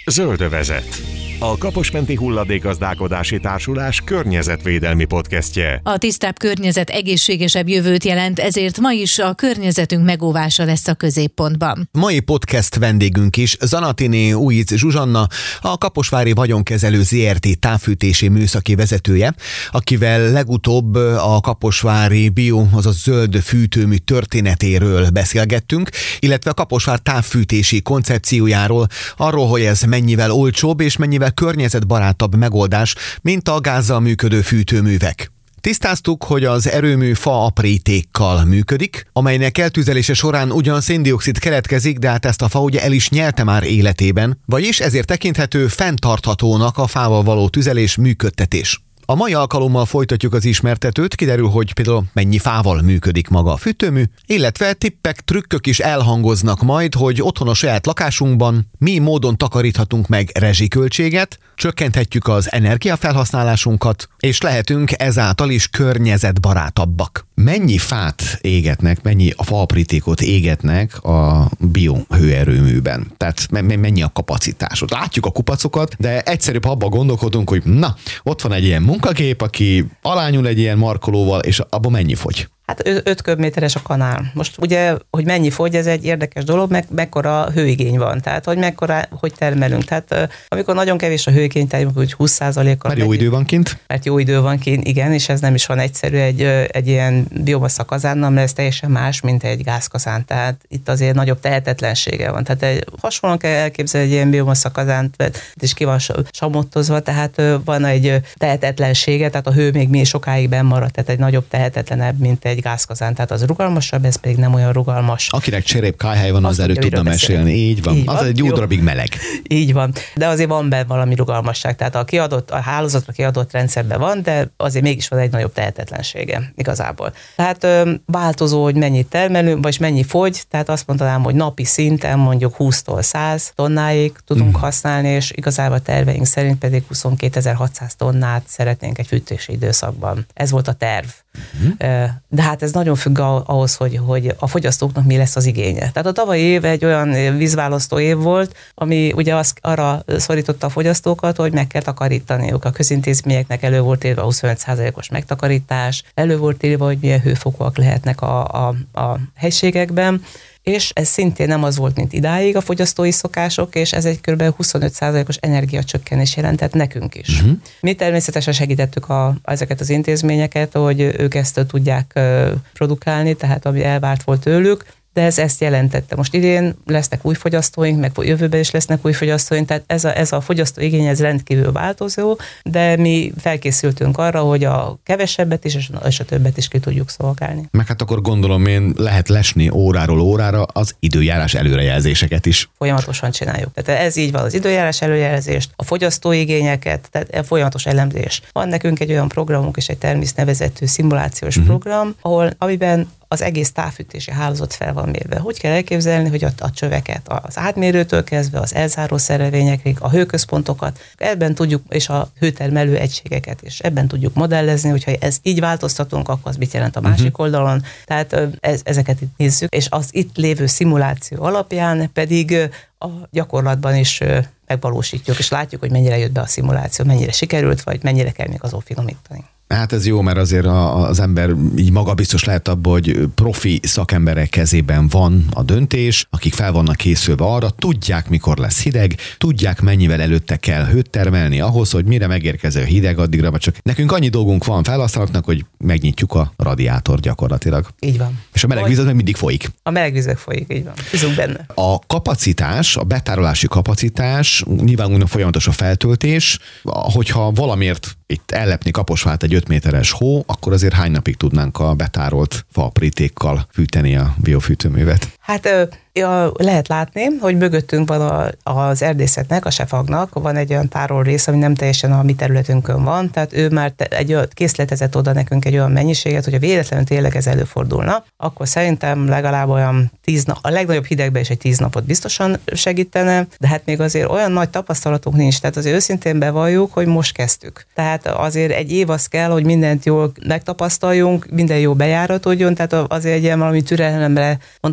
Zöldövezet. A Kaposmenti Hulladékgazdálkodási Társulás környezetvédelmi podcastje. A tisztább környezet egészségesebb jövőt jelent, ezért ma is a környezetünk megóvása lesz a középpontban. Mai podcast vendégünk is Zanattiné Újic Zsuzsanna, a Kaposvári Vagyonkezelő Zrt. Távfűtési műszaki vezetője, akivel legutóbb a kaposvári bio, azaz zöld fűtőmű történetéről beszélgettünk, illetve a Kaposvár távfűtési koncepciójáról, arról, hogy ez mennyivel olcsóbb és mennyivel környezetbarátabb megoldás, mint a gázzal működő fűtőművek. Tisztáztuk, hogy az erőmű faaprítékkal működik, amelynek eltűzelése során ugyan szén-dioxid keletkezik, de hát ezt a fa ugye el is nyelte már életében, vagyis ezért tekinthető fenntarthatónak a fával való tüzelés, működtetés. A mai alkalommal folytatjuk az ismertetőt, kiderül, hogy például mennyi fával működik maga a fűtőmű, illetve tippek, trükkök is elhangoznak majd, hogy otthon a saját lakásunkban mi módon takaríthatunk meg rezsiköltséget, csökkenthetjük az energiafelhasználásunkat, és lehetünk ezáltal is környezetbarátabbak. Mennyi fát égetnek, mennyi a faaprítékot égetnek a biohőerőműben? Tehát mennyi a kapacitás? Ott látjuk a kupacokat, de egyszerűbb, ha abban gondolkodunk, hogy na, ott van egy ilyen munkagép, aki alányul egy ilyen markolóval, és abban mennyi fogy? Hát 5 köbméteres a kanál. Most ugye, hogy mennyi fogy, ez egy érdekes dolog, mekkora hőigény van, tehát hogy termelünk. Tehát amikor nagyon kevés a hőigény, tehát úgy 20%-kal. Mert jó idő van kint? Mert jó idő van kint, igen, és ez nem is van egyszerű egy ilyen biomassa kazánnal, mert ez teljesen más, mint egy gázkazán. Tehát itt azért nagyobb tehetetlensége van. Tehát hasonlóan kell elképzelni egy ilyen biomassa kazánt, és ki van samottozva, tehát van egy tehetetlensége, tehát a hő még sokáig benn marad, tehát egy nagyobb tehetetlenebb, mint egy gázkazán, tehát az rugalmasabb, ez pedig nem olyan rugalmas. Akinek cserép kájhely van, az erről tudna mesélni. Így van. Az egy jó darabig meleg. Így van. De azért van benne valami rugalmasság. Tehát a hálózatra kiadott rendszerben van, de azért mégis van egy nagyobb tehetetlensége igazából. Tehát változó, hogy mennyit termelünk, vagy mennyi fogy, tehát azt mondanám, hogy napi szinten mondjuk 20-tól 100 tonnáig tudunk használni, és igazából a terveink szerint pedig 22.600 tonnát szeretnénk egy fűtési időszakban. Ez volt a terv. De hát ez nagyon függ ahhoz, hogy a fogyasztóknak mi lesz az igénye. Tehát a tavalyi év egy olyan vízválasztó év volt, ami ugye arra szorította a fogyasztókat, hogy meg kell takarítaniuk. A közintézményeknek elő volt írva 25%-os megtakarítás, elő volt írva, hogy milyen hőfokúak lehetnek a helységekben, és ez szintén nem az volt, mint idáig a fogyasztói szokások, és ez egy kb. 25%-os energiacsökkenés jelentett nekünk is. Mi természetesen segítettük ezeket az intézményeket, hogy ők ezt tudják produkálni, tehát ami elvárt volt tőlük, de ez ezt jelentette. Most idén lesznek új fogyasztóink, meg jövőben is lesznek új fogyasztóink, tehát ez a fogyasztó igény ez rendkívül változó, de mi felkészültünk arra, hogy a kevesebbet is és a többet is ki tudjuk szolgálni. Meg hát akkor gondolom én lehet lesni óráról órára az időjárás előrejelzéseket is. Folyamatosan csináljuk. Tehát ez így van, az időjárás előrejelzést, a fogyasztóigényeket, tehát folyamatos elemzés. Van nekünk egy olyan programunk és egy Thermis nevezetű szimulációs program, amiben az egész távfűtési hálózat fel van mérve. Hogy kell elképzelni, hogy a csöveket, az átmérőtől kezdve az elzáró szerelvényekig, a hőközpontokat, ebben tudjuk, és a hőtermelő egységeket is ebben tudjuk modellezni, hogyha ez így változtatunk, akkor az mit jelent a másik oldalon. Tehát ezeket itt nézzük, és az itt lévő szimuláció alapján pedig a gyakorlatban is megvalósítjuk, és látjuk, hogy mennyire jött be a szimuláció, mennyire sikerült, vagy mennyire kell még azon finomítani. Hát ez jó, mert azért az ember így magabiztos lehet abban, hogy profi szakemberek kezében van a döntés, akik fel vannak készülve arra, tudják, mikor lesz hideg, tudják, mennyivel előtte kell hőt termelni ahhoz, hogy mire megérkezik a hideg, addigra csak nekünk annyi dolgunk van felhasználóknak, hogy megnyitjuk a radiátort gyakorlatilag. Így van. És a meleg víz az meg mindig folyik. A meleg víz folyik, így van. Bízunk benne. A kapacitás, a betárolási kapacitás, nyilván folyamatos a feltöltés, hogyha valamiért itt ellepni Kaposvárt egy 5 méteres hó, akkor azért hány napig tudnánk a betárolt faaprítékkal fűteni a biofűtőművet? Hát lehet látni, hogy mögöttünk van az erdészetnek, a sefagnak, van egy olyan tároló rész, ami nem teljesen a mi területünkön van, tehát ő már készletezett oda nekünk egy olyan mennyiséget, hogy a véletlenül tényleg ez előfordulna, akkor szerintem legalább olyan 10 nap, a legnagyobb hidegben is egy 10 napot biztosan segítene, de hát még azért olyan nagy tapasztalatunk nincs, tehát azért őszintén bevalljuk, hogy most kezdtük. Tehát azért egy év az kell, hogy mindent jól megtapasztaljunk, minden jó bejáratodjon, tehát azért egy ilyen valami türelemre, mondtam is a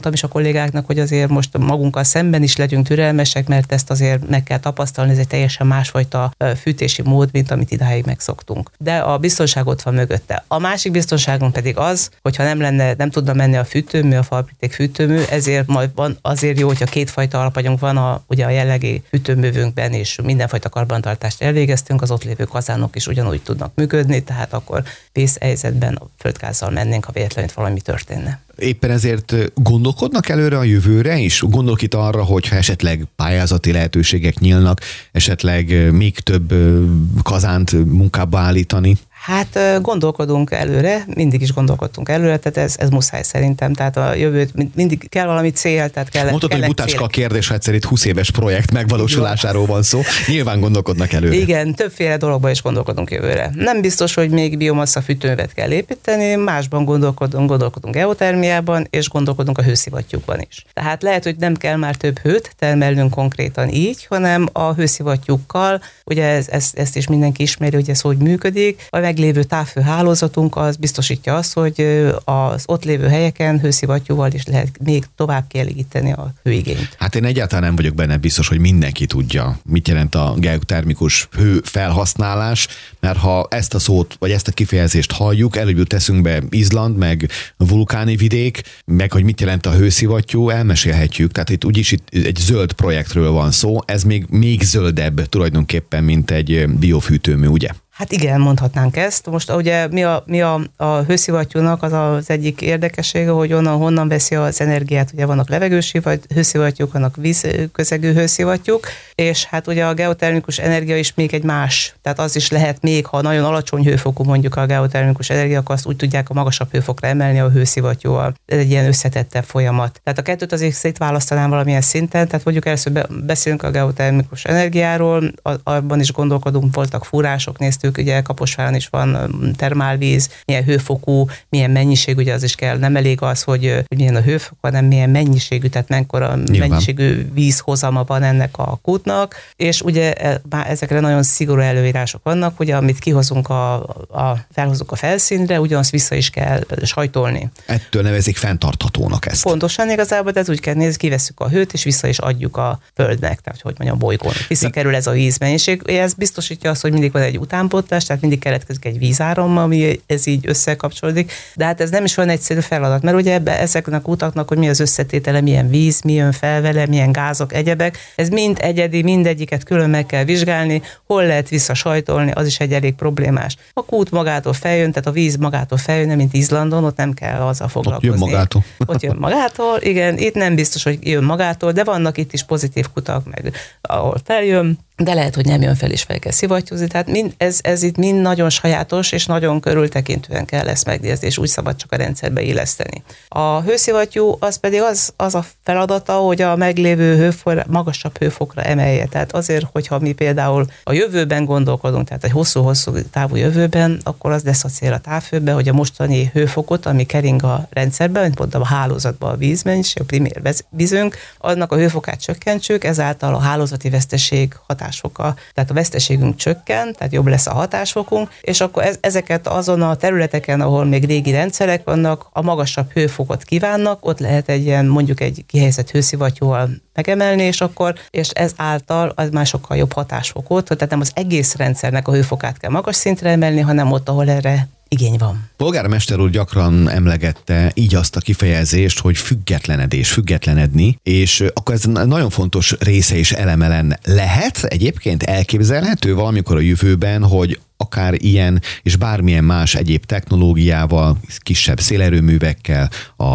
kollégáknak, hogy azért most magunkkal szemben is legyünk türelmesek, mert ezt azért meg kell tapasztalni, ez egy teljesen másfajta fűtési mód, mint amit idáig megszoktunk. De a biztonság ott van mögötte. A másik biztonságunk pedig az, hogyha nem tudna menni a fűtőmű, a falpiríték fűtőmű, ezért majd van azért jó, hogyha kétfajta alapanyag van ugye a jellegi fűtőművünkben, és mindenfajta karbantartást elvégeztünk, az ott lévő kazánok is ugyanúgy tudnak működni, tehát akkor vészhelyzetben a földgázzal mennénk, ha véletlenül valami történne. Éppen ezért gondolkodnak előre a jövőre is? Gondolok itt arra, hogyha esetleg pályázati lehetőségek nyílnak, esetleg még több kazánt munkába állítani? Hát gondolkodunk előre, mindig is gondolkodtunk előre, tehát ez muszáj szerintem, tehát a jövőt mindig kell valami cél, tehát kell. Mondtad, hogy butácska a kérdés, ha egyszer itt 20 éves projekt megvalósulásáról van szó, nyilván gondolkodnak előre. Igen, többféle dologban is gondolkodunk jövőre. Nem biztos, hogy még biomassa fűtőművet kell építeni, másban gondolkodunk geotermiában, és gondolkodunk a hőszivattyúkban is. Tehát lehet, hogy nem kell már több hőt termelnünk konkrétan így, hanem a hőszivattyúkkal, ugye ezt is mindenki ismeri, hogy ez hogy működik. A meglévő távhőhálózatunk az biztosítja azt, hogy az ott lévő helyeken hőszivattyúval is lehet még tovább kielégíteni a hőigényt. Hát én egyáltalán nem vagyok benne biztos, hogy mindenki tudja, mit jelent a geotermikus hő felhasználás, mert ha ezt a szót, vagy ezt a kifejezést halljuk, előbb teszünk be Izland, meg vulkáni vidék, meg hogy mit jelent a hőszivattyú, elmesélhetjük. Tehát itt úgyis egy zöld projektről van szó, ez még zöldebb tulajdonképpen, mint egy biofűtőmű, ugye? Hát igen, mondhatnánk ezt. Most ugye mi a hőszivattyúnak az egyik érdekessége, hogy honnan veszi az energiát, ugye vannak levegős hőszivattyúk, vannak vízközegű hőszivattyúk, és hát ugye a geotermikus energia is még egy más, tehát az is lehet még, ha nagyon alacsony hőfokú mondjuk a geotermikus energia, akkor azt úgy tudják a magasabb hőfokra emelni a hőszivattyúval. Ez egy ilyen összetettebb folyamat. Tehát a kettőt azért szétválasztanám valamilyen szinten, tehát mondjuk először beszélünk a geotermikus energiáról, abban is gondolkodunk, voltak fúrások, néztük, ugye Kaposváron is van termálvíz, milyen hőfokú, milyen mennyiség, ugye az is kell, nem elég az, hogy milyen a hőfok, hanem milyen mennyiségű, tehát mekkora mennyiségű vízhozama van ennek a kútnak, és ugye ezekre nagyon szigorú előírások vannak, ugye amit kihozunk felhozunk a felszínre, ugyanazt vissza is kell sajtolni. Ettől nevezik fenntarthatónak ezt. Pontosan igazából, de ez úgy kell nézni, kivesszük a hőt, és vissza is adjuk a földnek, tehát hogy mondjam, bolygón. Visszakerül ez a vízmennyiség, ez biztosítja azt, hogy mindig van egy utánpótlás, tehát mindig keletkezik egy vízáram, ami ez így összekapcsolódik, de hát ez nem is olyan egyszerű feladat, mert ugye ezeknek utaknak, hogy mi az összetétele, milyen víz, mi jön fel vele, milyen gázok, egyebek, ez mind egyedi, mindegyiket külön meg kell vizsgálni, hol lehet visszasajtolni, az is egy elég problémás. A kút magától feljön, tehát a víz magától feljön, nem mint Izlandon, ott nem kell azzal foglalkozni. Ott jön magától. Ott jön magától, igen, itt nem biztos, hogy jön magától, de vannak itt is pozitív kutak, meg ahol feljön, de lehet, hogy nem jön fel és fel kell szivattyúzni, tehát ez itt mind nagyon sajátos, és nagyon körültekintően kell ezt megnézni, és úgy szabad csak a rendszerbe illeszteni. A hőszivattyú az pedig az a feladata, hogy a meglévő magasabb hőfokra emelje. Tehát azért, hogyha mi például a jövőben gondolkodunk, tehát egy hosszú-hosszú távú jövőben, akkor az lesz a cél a távhőben, hogy a mostani hőfokot, ami kering a rendszerben, mint mondtam, a hálózatban a vízmennyiség, a primér vízünk, annak a hőfokát csökkentsük, ezáltal a hálózati veszteség hatásfoka, tehát a veszteségünk csökken, tehát jobb lesz a hatásfokunk, és akkor ezeket azon a területeken, ahol még régi rendszerek vannak, a magasabb hőfokot kívánnak, ott lehet egy ilyen, mondjuk egy kihelyezett hőszivattyúval megemelni, és ez által az már sokkal jobb hatásfokot, tehát nem az egész rendszernek a hőfokát kell magas szintre emelni, hanem ott, ahol erre igény van. Polgármester úr gyakran emlegette így azt a kifejezést, hogy függetlenedni, és akkor ez nagyon fontos része és eleme lenne. Lehet egyébként elképzelhető valamikor a jövőben, hogy akár ilyen és bármilyen más egyéb technológiával, kisebb szélerőművekkel,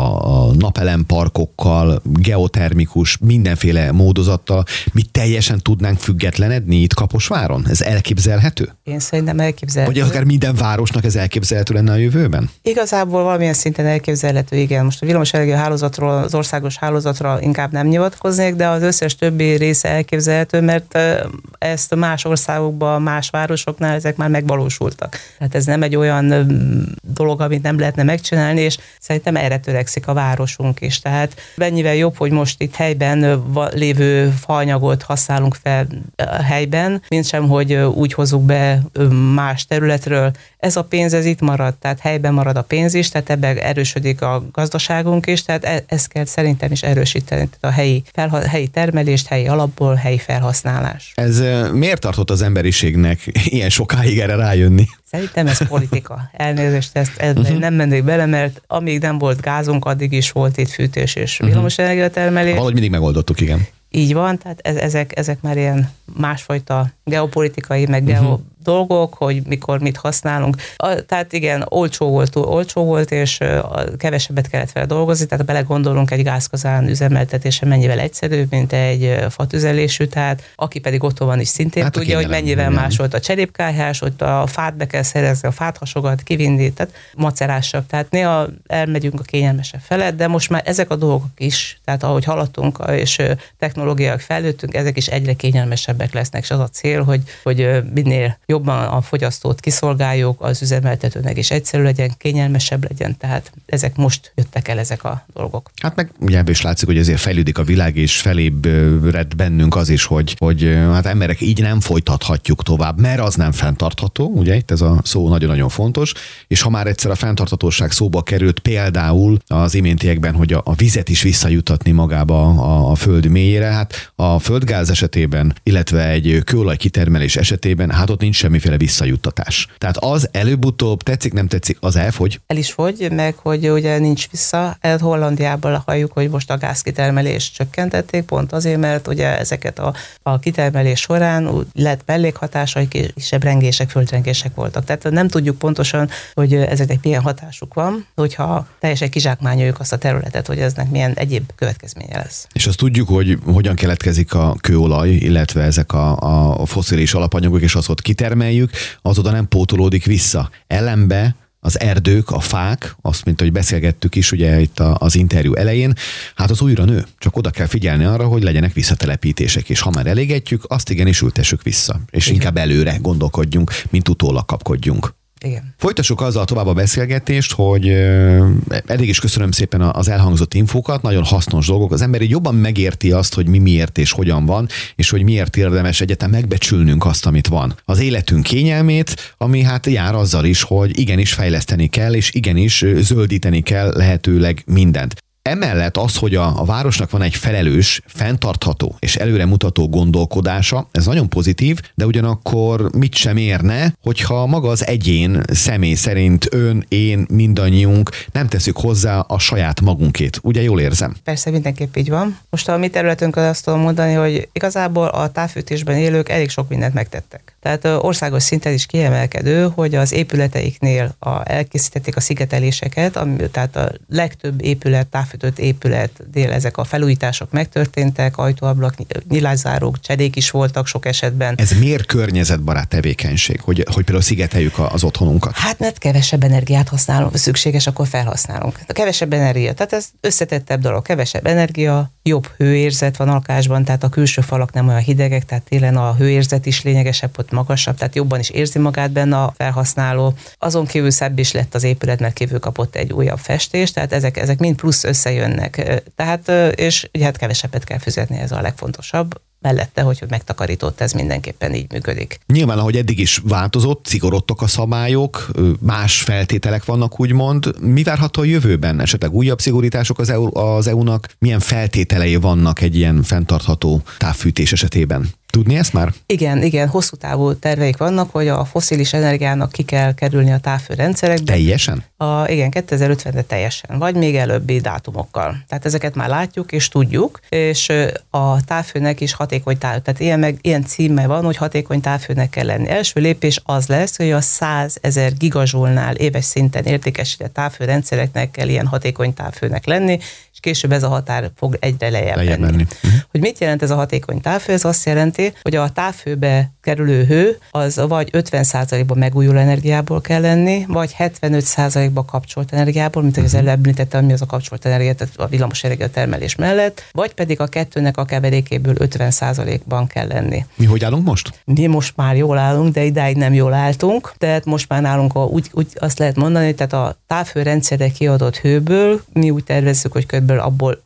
a napelemparkokkal, geotermikus, mindenféle módozattal mi teljesen tudnánk függetlenedni itt Kaposváron? Ez elképzelhető? Én szerintem elképzelhető. Vagy akár minden városnak ez elképzelhető lenne a jövőben? Igazából valamilyen szinten elképzelhető, igen. Most a villamosenergia hálózatról, az országos hálózatra inkább nem nyilatkoznék, de az összes többi része elképzelhető, mert ezt más országokban, más városoknál ezek már megvalósultak. Tehát ez nem egy olyan dolog, amit nem lehetne megcsinálni, és szerintem erre törekszik a városunk is. Tehát mennyivel jobb, hogy most itt helyben lévő faanyagot használunk fel a helyben, mint sem, hogy úgy hozzuk be más területről. Ez a pénz, ez itt marad, tehát helyben marad a pénz is, tehát ebben erősödik a gazdaságunk is, tehát ezt kell szerintem is erősíteni, tehát a helyi termelést, helyi alapból, helyi felhasználás. Ez miért tartott az emberiségnek ilyen sokáig erre rájönni? Szerintem ez politika. Elnézést, ezt nem mennék bele, mert amíg nem volt gázunk, addig is volt itt fűtés és villamosenergia termelés. Valahogy mindig megoldottuk, igen. Így van, tehát ezek már ilyen másfajta geopolitikai, meg dolgok, hogy mikor mit használunk. Tehát igen, olcsó volt, és kevesebbet kellett vele dolgozni, tehát belegondolunk, egy gázkazán üzemeltetése mennyivel egyszerűbb, mint egy fatüzelésű, tehát aki pedig otthon van is szintén hát tudja, hogy mennyivel más volt a cserépkályhás, hogy a fát be kell szerezni, a fát hasogat, kivinni, tehát macerásabb. Tehát néha elmegyünk a kényelmesebb felett, de most már ezek a dolgok is, tehát ahogy haladtunk, és technológiák fejlődtünk, ezek is egyre kényelmesebbek lesznek, és az a cél, hogy minél jobban a fogyasztót kiszolgáljuk, az üzemeltetőnek is egyszerű legyen, kényelmesebb legyen, tehát ezek most jöttek el ezek a dolgok. Hát meg ugye ebből is látszik, hogy ezért fejlődik a világ, és felébred bennünk az is, hogy hát emberek így nem folytathatjuk tovább, mert az nem fenntartható, ugye itt ez a szó nagyon-nagyon fontos, és ha már egyszer a fenntarthatóság szóba került, például az iméntiekben, hogy a vizet is visszajutatni magába a föld mélyére, hát a földgáz esetében, illetve egy kőolaj kitermelés esetében, hát ott nincs semmiféle visszajuttatás. Tehát az előbb-utóbb tetszik, nem tetszik, az elfogy? El is fogy, meg hogy ugye nincs vissza. Hollandiában halljuk, hogy most a gázkitermelést csökkentették, pont azért, mert ugye ezeket a kitermelés során lett mellékhatásai, kisebb rengések, földrengések voltak. Tehát nem tudjuk pontosan, hogy ezeknek milyen hatásuk van, hogyha teljesen kizsákmányoljuk azt a területet, hogy eznek milyen egyéb következménye lesz. És azt tudjuk, hogy hogyan keletkezik a kőolaj, illetve ezek a fosszilis alapanyagok, és azt ott kitermeljük, az oda nem pótolódik vissza. Ellenbe az erdők, a fák, azt, mint hogy beszélgettük is ugye itt az interjú elején, hát az újra nő. Csak oda kell figyelni arra, hogy legyenek visszatelepítések, és ha már elégetjük, azt igenis ültessük vissza. És igen, inkább előre gondolkodjunk, mint utólag kapkodjunk. Igen. Folytassuk azzal tovább a beszélgetést, hogy eddig is köszönöm szépen az elhangzott infókat, nagyon hasznos dolgok. Az ember így jobban megérti azt, hogy mi miért és hogyan van, és hogy miért érdemes egyetem megbecsülnünk azt, amit van. Az életünk kényelmét, ami hát jár azzal is, hogy igenis fejleszteni kell, és igenis zöldíteni kell lehetőleg mindent. Emellett az, hogy a városnak van egy felelős, fenntartható és előremutató gondolkodása, ez nagyon pozitív, de ugyanakkor mit sem érne, hogyha maga az egyén személy szerint ön, én, mindannyiunk nem tesszük hozzá a saját magunkét. Ugye jól érzem? Persze, mindenképp így van. Most a mi területünkön azt tudom mondani, hogy igazából a távfűtésben élők elég sok mindent megtettek. Tehát országos szinten is kiemelkedő, hogy az épületeiknél elkészítették a szigeteléseket, tehát a legtöbb épület, távfűtött épületnél ezek a felújítások megtörténtek, ajtóablak, nyilászárók, cserék is voltak sok esetben. Ez miért környezetbarát tevékenység, hogy például szigeteljük az otthonunkat? Hát mert kevesebb energiát használunk, szükséges, akkor felhasználunk. A kevesebb energia, tehát ez összetettebb dolog, kevesebb energia, jobb hőérzet van a lakásban, tehát a külső falak nem olyan hidegek, tehát télen a hőérzet is lényegesebb, ott magasabb, tehát jobban is érzi magát benne a felhasználó. Azon kívül szebb is lett az épület, mert kívül kapott egy újabb festést, tehát ezek mind plusz összejönnek. Tehát, és ugye hát kevesebbet kell fizetni, ez a legfontosabb. Mellette, hogy megtakarított, ez mindenképpen így működik. Nyilván, ahogy eddig is változott, szigorodtak a szabályok, más feltételek vannak, úgymond. Mi várható a jövőben? Esetleg újabb szigorítások az EU-nak? Milyen feltételei vannak egy ilyen fenntartható távfűtés esetében? Tudni ezt már? Igen, hosszú távú terveik vannak, hogy a fosszilis energiának ki kell kerülni a távfőrendszerekbe. Teljesen? Igen, 2050-re teljesen, vagy még előbbi dátumokkal. Tehát ezeket már látjuk és tudjuk, és a távfőnek is hatékony tehát ilyen címe van, hogy hatékony távfőnek kell lenni. Első lépés az lesz, hogy a 100 000 gigazsúlnál éves szinten értékesített távfőrendszereknek kell ilyen hatékony távfőnek lenni, és később ez a határ fog egyre lejjebb menni. Hogy mit jelent ez a hatékony távfő? Ez azt jelenti, hogy a távfőbe kerülő hő, az vagy 50%-ban megújuló energiából kell lenni, vagy 75%-ban kapcsolt energiából, mint ahogy az előbb említettem, mi az a kapcsolt energia, tehát a villamos energia termelés mellett, vagy pedig a kettőnek a keverékéből 50%-ban kell lenni. Mi hogy állunk most? Mi most már jól állunk, de idáig nem jól álltunk, tehát most már nálunk úgy azt lehet mondani, tehát a távhőrendszerre kiadott hőből mi úgy tervezzük, hogy kb. Abból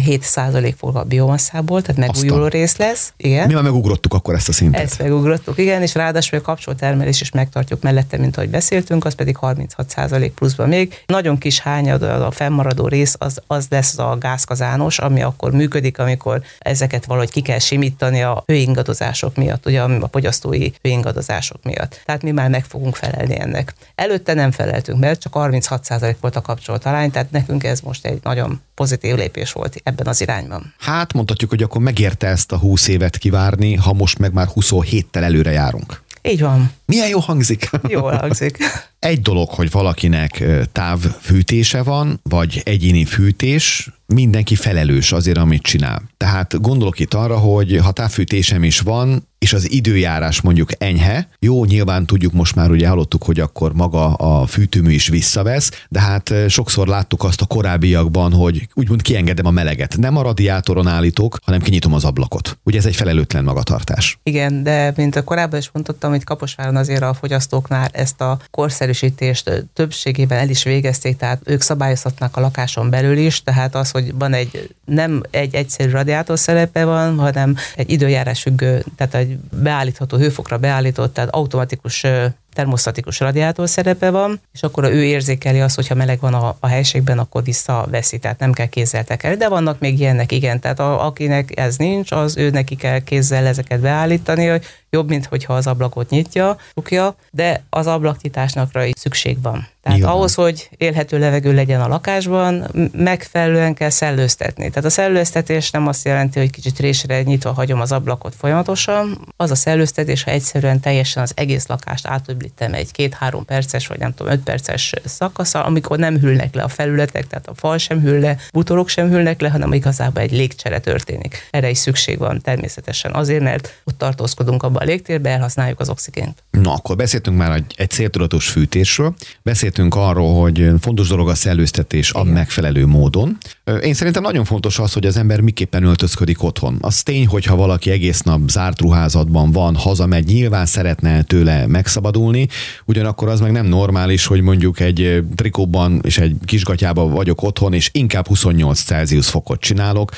57% fog a biomasszából, tehát megújuló rész lesz. Igen. Mi már megugrottuk akkor ezt a szintet. Ezt megugrottuk, igen, és ráadásul a kapcsolt termelés is megtartjuk mellette, mint ahogy beszéltünk, az pedig 36% pluszban még. Nagyon kis hányad a fennmaradó rész, az lesz a gázkazános, ami akkor működik, amikor ezeket valahogy ki kell simítani a hőingadozások miatt, ugye a fogyasztói hőingadozások miatt. Tehát mi már meg fogunk felelni ennek. Előtte nem feleltünk, mert csak 36% volt a kapcsolt arány, tehát nekünk ez most egy nagyon pozitív lépés volt ebben az irányban. Hát mondhatjuk, hogy akkor megérte ezt a 20 évet kivárni, ha most meg már 27-tel előre járunk. Így van. Milyen jó hangzik. Jól hangzik. Egy dolog, hogy valakinek távfűtése van, vagy egyéni fűtés, mindenki felelős azért, amit csinál. Tehát gondolok itt arra, hogy ha távfűtésem is van, és az időjárás mondjuk enyhe, jó, nyilván tudjuk, most már ugye hallottuk, hogy akkor maga a fűtőmű is visszavesz, de hát sokszor láttuk azt a korábbiakban, hogy úgymond kiengedem a meleget. Nem a radiátoron állítok, hanem kinyitom az ablakot. Ugye ez egy felelőtlen magatartás. Igen, de mint korábban is mondottam, hogy Kaposváron azért a fogyasztóknál ezt a korszerűsítést többségében el is végezték, tehát ők szabályozhatnak a lakáson belül is, tehát az, hogy van nem egy egyszerű radiátor szerepe van, hanem egy időjárás függő, tehát egy beállítható hőfokra beállított, tehát automatikus termosztatikus radiátor szerepe van, és akkor ő érzékeli azt, hogyha meleg van a helységben, akkor visszaveszi, tehát nem kell kézzel tekerni. De vannak még ilyenek, igen, tehát akinek ez nincs, az ő neki kell kézzel ezeket beállítani, hogy jobb, mint hogyha az ablakot csukja, de az ablaknyitásnakra is szükség van. Tehát nyilván. Ahhoz, hogy élhető levegő legyen a lakásban, megfelelően kell szellőztetni. Tehát a szellőztetés nem azt jelenti, hogy kicsit résre nyitva hagyom az ablakot folyamatosan. Az a szellőztetés, ha egyszerűen teljesen az egész lakást átöblítem egy 2-3 perces, vagy nem tudom, 5 perces szakaszsal, amikor nem hűlnek le a felületek, tehát a fal sem hűl le, bútorok sem hűlnek le, hanem igazából egy légcsere történik. Erre is szükség van természetesen azért, mert ott tartózkodunk abban a légtérben, elhasználjuk az oxigént. Na, akkor beszéltünk már egy céltudatos fűtésről, beszéltünk arról, hogy fontos dolog a szellőztetés a megfelelő módon. Én szerintem nagyon fontos az, hogy az ember miképpen öltözködik otthon. Az tény, hogyha valaki egész nap zárt ruházatban van, hazamegy, nyilván szeretne tőle megszabadulni, ugyanakkor az meg nem normális, hogy mondjuk egy trikóban és egy kisgatyában vagyok otthon, és inkább 28 Celsius fokot csinálok.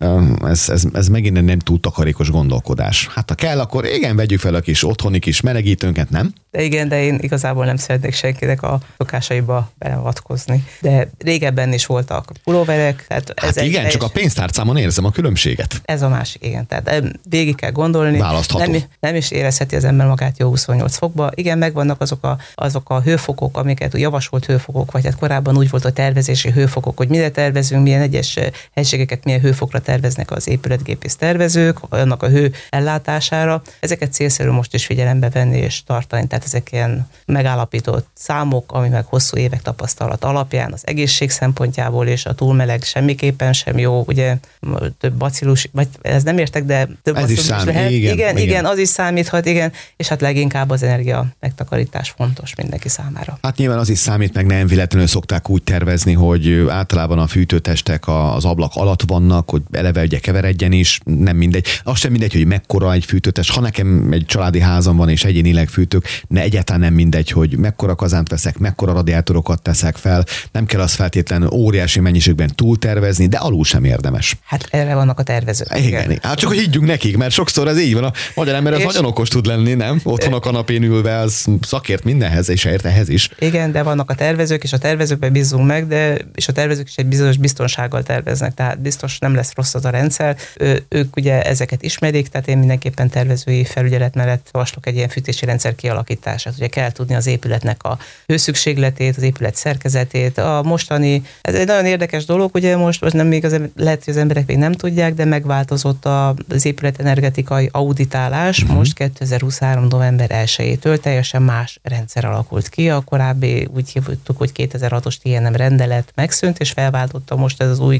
Ez megint nem túl takarékos gondolkodás. Hát ha kell, akkor igen, vegyük fel a kis otthoni kis melegítőnket, nem? De igen, de én igazából nem szeretnék senkinek a szokásaiba beleavatkozni. De régebben is voltak pulóverek. Tehát hát igen, csak a pénztárcámon érzem a különbséget. Ez a másik, igen. Tehát végig kell gondolni. Választható. Nem is érezheti az ember magát jó 28 fokba. Igen, megvannak azok a hőfokok, amiket javasolt hőfokok, vagy hát korábban úgy volt a tervezési hőfokok, hogy mire tervezünk, milyen egyes helységeket milyen hőfokra terveznek az épületgépész tervezők, annak a hő ellátására. Ezeket célszerű most is figyelembe venni és tartani. Tehát ezek ilyen megállapított számok, ami meg hosszú évek tapasztalat alapján az egészség szempontjából és a túlmeleg semmiképpen sem jó, ugye több bacillus, vagy ez nem értek, de több ez is lehet. Igen, az is számíthat, igen, és hát leginkább az energia megtakarítás fontos mindenki számára. Hát nyilván az is számít, meg nem véletlenül szokták úgy tervezni, hogy általában a fűtőtestek az ablak alatt vannak, hogy eleve ugye keveredjen is, nem mindegy. Az sem mindegy, hogy mekkora egy fűtőtest. Ha nekem egy családi házam van és egyénileg fűtök, egyáltalán nem mindegy, hogy mekkora kazánt veszek, mekkora radiátorokat teszek fel, nem kell az feltétlenül óriási mennyiségben túltervezni, de alul sem érdemes. Hát erre vannak a tervezők. Igen. Hát csak hogy higgyünk nekik, mert sokszor ez így van. A magyar ember az nagyon okos tud lenni, nem? Otthon a kanapén ülve, az szakért mindenhez, és ért ehhez is. Igen, de vannak a tervezők, és a tervezőkben bízunk meg, és a tervezők is egy bizonyos biztonsággal terveznek, tehát biztos nem lesz rossz az a rendszer. Ők ugye ezeket ismerik, tehát én mindenképpen tervezői felügyelet mellett javaslok egy ilyen fűtési rendszer kialakítását. Ugye kell tudni az épületnek a hőszükségletét, az épület szerkezetét. A mostani, ez egy nagyon érdekes dolog, ugye ugye most nem még lehet, hogy az emberek még nem tudják, de megváltozott az épület energetikai auditálás. Most 2023. november 1-től teljesen más rendszer alakult ki. A korábbi úgy hívtuk, hogy 2006-os TNM rendelet megszűnt, és felváltotta most ez az új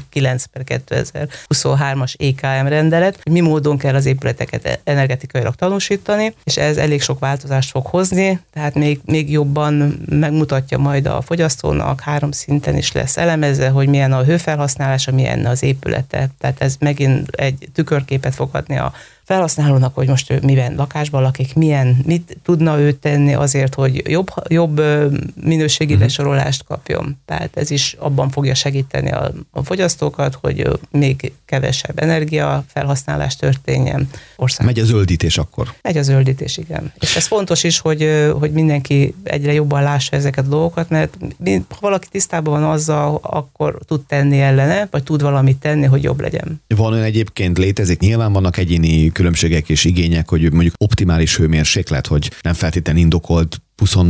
9/2023-as EKM rendelet, hogy mi módon kell az épületeket energetikailag tanúsítani, és ez elég sok változást fog hozni, tehát még jobban megmutatja majd a fogyasztónak, 3 szinten is lesz elemezve, hogy milyen a hőfelhasználása, milyen az épülete. Tehát ez megint egy tükörképet fog adni a felhasználónak, hogy most ő miben lakásban lakik, mit tudna ő tenni azért, hogy jobb minőségi besorolást kapjon. Tehát ez is abban fogja segíteni a fogyasztókat, hogy még kevesebb energia felhasználás történjen. Megy a zöldítés akkor. Megy a zöldítés, igen. És ez fontos is, hogy mindenki egyre jobban lássa ezeket a dolgokat, mert ha valaki tisztában van azzal, akkor tud tenni ellene, vagy tud valamit tenni, hogy jobb legyen. Van olyan egyébként létezik, nyilván vannak egyéni különbségek és igények, hogy mondjuk optimális hőmérséklet, hogy nem feltétlenül indokolt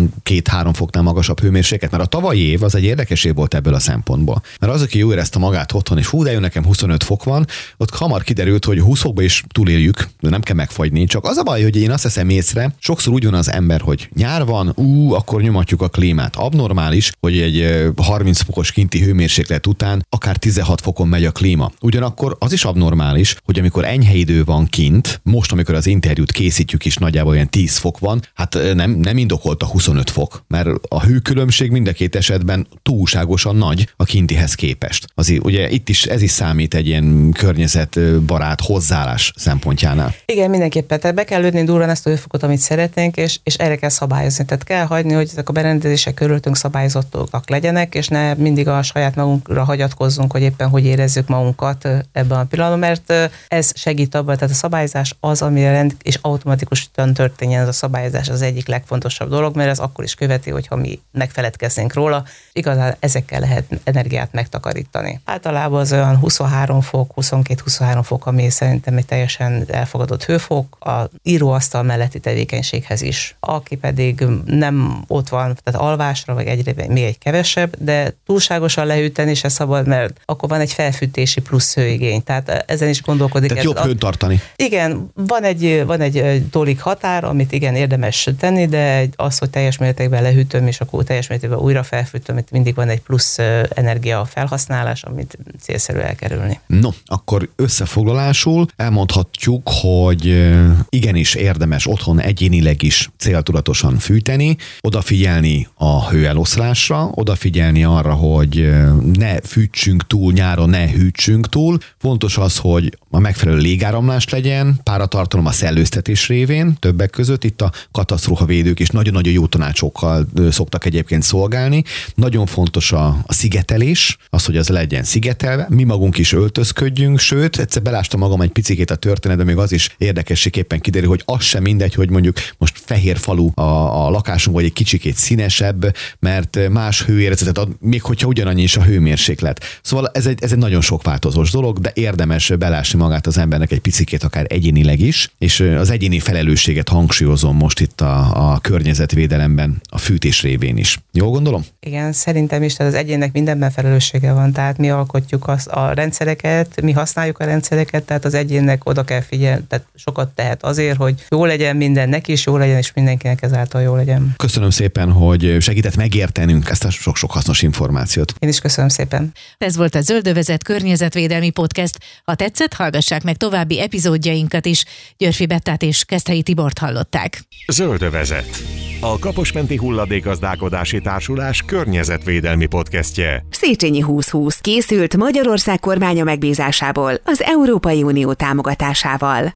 22-3 foknál magasabb hőmérséklet, mert a tavalyi év az egy érdekes év volt ebből a szempontból. Mert az, aki jó érezte magát otthon, és de jó, nekem 25 fok van, ott hamar kiderült, hogy 20 fokba is túléljük, de nem kell megfagyni. Csak az a baj, hogy én azt veszem észre, sokszor úgy van az ember, hogy nyár van, akkor nyomatjuk a klímát. Abnormális, hogy egy 30 fokos kinti hőmérséklet után akár 16 fokon megy a klíma. Ugyanakkor az is abnormális, hogy amikor enyhe idő van kint, most amikor az interjút készítjük is nagyjából olyan 10 fok van, hát nem indokolt a 25 fok, mert a hőkülönbség mind a két esetben túlságosan nagy a kintihez képest. Azért ugye itt is ez is számít egy ilyen környezetbarát hozzáállás szempontjánál. Igen, mindenképpen. Tehát be kell lőni durran ezt a hőfokot, amit szeretnénk, és erre kell szabályozni. Tehát kell hagyni, hogy ezek a berendezések körülöttünk szabályozottak legyenek, és ne mindig a saját magunkra hagyatkozzunk, hogy éppen hogy érezzük magunkat ebben a pillanatban, mert ez segít abban, tehát a szabályozás az, amire és automatikusan történjen ez a szabályozás, az egyik legfontosabb dolog, mert ez akkor is követi, hogyha mi megfeledkeznénk róla. Igazán ezekkel lehet energiát megtakarítani. Általában az olyan 23 fok, 22-23 fok, ami szerintem egy teljesen elfogadott hőfok, a íróasztal melletti tevékenységhez is. Aki pedig nem ott van, tehát alvásra, vagy egyre még egy kevesebb, de túlságosan lehűteni se szabad, mert akkor van egy felfűtési plusz hőigény. Tehát ezen is gondolkodik. Tehát jobb hőn tartani. Igen, van egy tolik határ, amit igen érdemes tenni, de az, hogy teljes mértékben lehűtöm, és akkor teljes mértékben újra felfűtöm, itt mindig van egy plusz energia felhasználás, amit célszerű elkerülni. No, akkor összefoglalásul elmondhatjuk, hogy igenis érdemes otthon egyénileg is céltudatosan fűteni, odafigyelni a hőeloszlásra, odafigyelni arra, hogy ne fűtsünk túl nyáron, ne hűtsünk túl. Fontos az, hogy a megfelelő légáramlás legyen, páratartalom a szellőztetés révén, többek között itt a katasztrófavédők is nagyon-nagyon jó tanácsokkal szoktak egyébként szolgálni. Nagyon fontos a szigetelés, az, hogy az legyen szigetelve. Mi magunk is öltözködjünk, sőt, egyszer belástam magam egy picikét a történetbe, még az is érdekességképpen kiderül, hogy az sem mindegy, hogy mondjuk most fehér falu a lakásunk, vagy egy kicsikét színesebb, mert más hőérzetet ad, még hogyha ugyanannyi is a hőmérséklet. Szóval ez egy nagyon sok változós dolog, de érdemes belásni magát az embernek egy picikét, akár egyénileg is, és az egyéni felelősséget hangsúlyozom most itt a környezetvédelemben, a fűtés révén is. Jól gondolom? Igen, szerintem is, tehát az egyénnek mindenben felelőssége van, tehát mi alkotjuk a rendszereket, mi használjuk a rendszereket, tehát az egyénnek oda kell figyelni, tehát sokat tehet azért, hogy jó legyen minden neki is, jó legyen, és mindenkinek ezáltal jó legyen. Köszönöm szépen, hogy segített megértenünk ezt a sok-sok hasznos információt. Én is köszönöm szépen. Ez volt a Zöldövezet környezetvédelmi podcast. Ha tetszett, hallgassák meg további epizódjainkat is. Györfi Bettát és Keszthelyi Tibort hallották. Zöldövezet. A Kaposmenti Hulladékgazdálkodási Társulás környezetvédelmi podcastje. Széchenyi 2020 készült Magyarország kormánya megbízásából az Európai Unió támogatásával.